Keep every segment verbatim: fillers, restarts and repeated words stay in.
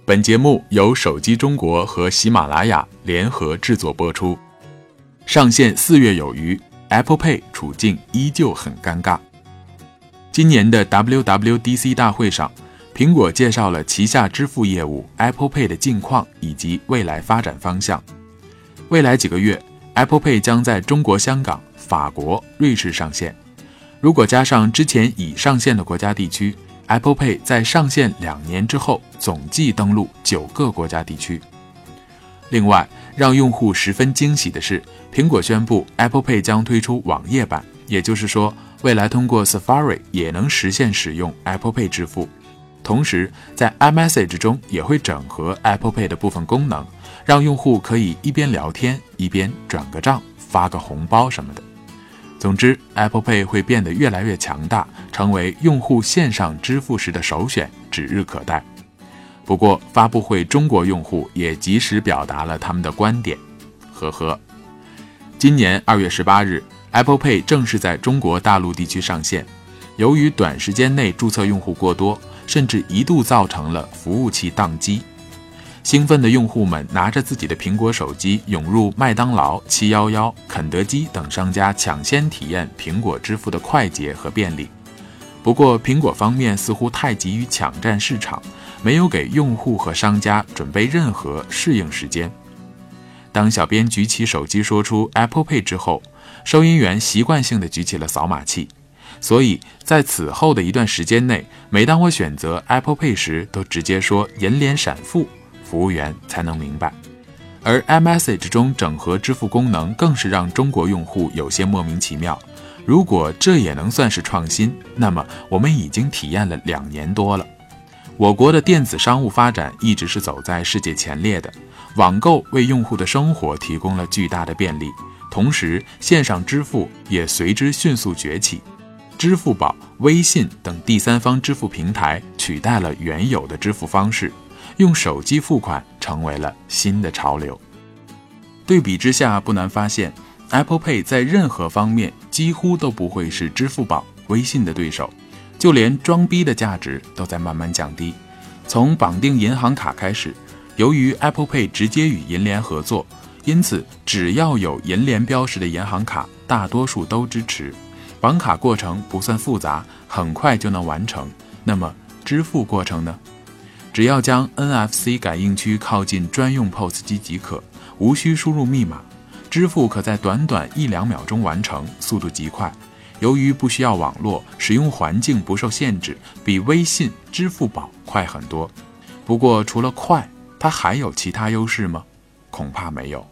本节目由手机中国和喜马拉雅联合制作播出。上线四月有余， Apple Pay 处境依旧很尴尬。今年的 W W D C 大会上，苹果介绍了旗下支付业务 Apple Pay 的近况以及未来发展方向。未来几个月， Apple Pay 将在中国香港、法国、瑞士上线。如果加上之前已上线的国家地区， Apple Pay 在上线两年之后总计登陆九个国家地区。另外，让用户十分惊喜的是，苹果宣布 Apple Pay 将推出网页版，也就是说，未来通过 Safari 也能实现使用 Apple Pay 支付。同时，在 iMessage 中也会整合 Apple Pay 的部分功能，让用户可以一边聊天一边转个账、发个红包什么的。总之 Apple Pay 会变得越来越强大，成为用户线上支付时的首选，指日可待。不过发布会中国用户也及时表达了他们的观点，呵呵。今年二月十八日， Apple Pay 正式在中国大陆地区上线。由于短时间内注册用户过多，甚至一度造成了服务器宕机。兴奋的用户们拿着自己的苹果手机涌入麦当劳、七一一、肯德基等商家，抢先体验苹果支付的快捷和便利。不过苹果方面似乎太急于抢占市场，没有给用户和商家准备任何适应时间。当小编举起手机说出 Apple Pay 之后，收银员习惯性地举起了扫码器。所以在此后的一段时间内，每当我选择 Apple Pay 时，都直接说银联闪付，服务员才能明白。而 iMessage 中整合支付功能更是让中国用户有些莫名其妙。如果这也能算是创新，那么我们已经体验了两年多了。我国的电子商务发展一直是走在世界前列的，网购为用户的生活提供了巨大的便利，同时线上支付也随之迅速崛起。支付宝、微信等第三方支付平台取代了原有的支付方式，用手机付款成为了新的潮流。对比之下，不难发现 Apple Pay 在任何方面几乎都不会是支付宝、微信的对手，就连装逼的价值都在慢慢降低。从绑定银行卡开始，由于 Apple Pay 直接与银联合作，因此只要有银联标识的银行卡，大多数都支持。绑卡过程不算复杂，很快就能完成。那么支付过程呢？只要将 N F C 感应区靠近专用 P O S 机即可，无需输入密码，支付可在短短一两秒钟完成，速度极快。由于不需要网络，使用环境不受限制，比微信、支付宝快很多。不过除了快，它还有其他优势吗？恐怕没有。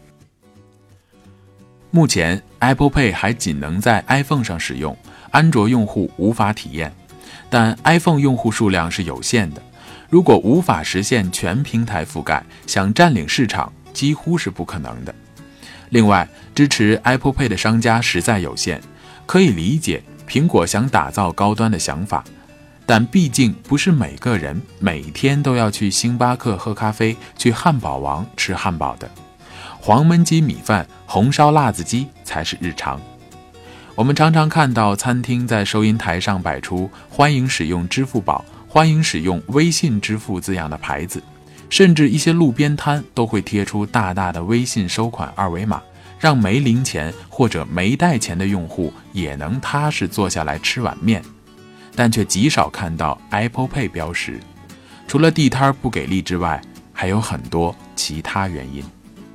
目前 Apple Pay 还仅能在 iPhone 上使用，安卓用户无法体验。但 iPhone 用户数量是有限的，如果无法实现全平台覆盖，想占领市场几乎是不可能的。另外，支持 Apple Pay 的商家实在有限，可以理解苹果想打造高端的想法，但毕竟不是每个人每天都要去星巴克喝咖啡，去汉堡王吃汉堡的。黄焖鸡米饭、红烧辣子鸡才是日常。我们常常看到餐厅在收银台上摆出欢迎使用支付宝、欢迎使用微信支付字样的牌子，甚至一些路边摊都会贴出大大的微信收款二维码，让没零钱或者没带钱的用户也能踏实坐下来吃碗面，但却极少看到 Apple Pay 标识。除了地摊不给力之外，还有很多其他原因。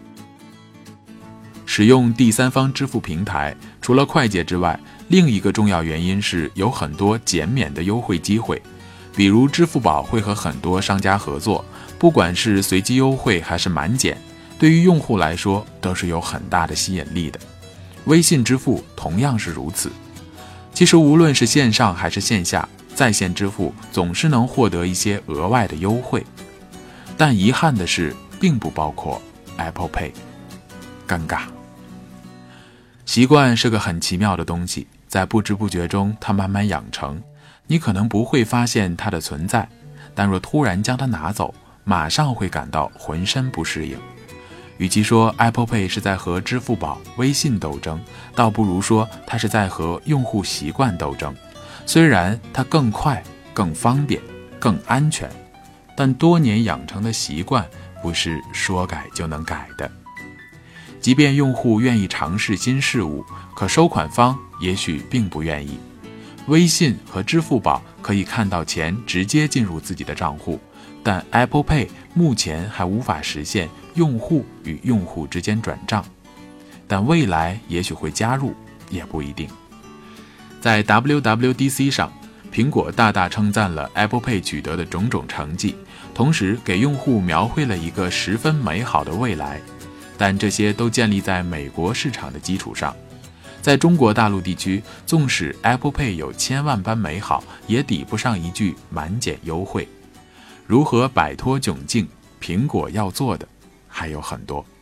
使用第三方支付平台，除了快捷之外，另一个重要原因是有很多减免的优惠机会。比如支付宝会和很多商家合作，不管是随机优惠还是满减，对于用户来说都是有很大的吸引力的。微信支付同样是如此。其实无论是线上还是线下，在线支付总是能获得一些额外的优惠，但遗憾的是并不包括 Apple Pay。 尴尬。习惯是个很奇妙的东西，在不知不觉中它慢慢养成，你可能不会发现它的存在，但若突然将它拿走，马上会感到浑身不适应。与其说 Apple Pay 是在和支付宝、微信斗争，倒不如说它是在和用户习惯斗争。虽然它更快、更方便、更安全， 但多年养成的习惯不是说改就能改的。即便用户愿意尝试新事物，可收款方也许并不愿意。微信和支付宝可以看到钱直接进入自己的账户，但 Apple Pay 目前还无法实现用户与用户之间转账，但未来也许会加入，也不一定。在 W W D C 上，苹果大大称赞了 Apple Pay 取得的种种成绩，同时给用户描绘了一个十分美好的未来。但这些都建立在美国市场的基础上，在中国大陆地区，纵使 Apple Pay 有千万般美好，也抵不上一句满减优惠。如何摆脱窘境，苹果要做的还有很多。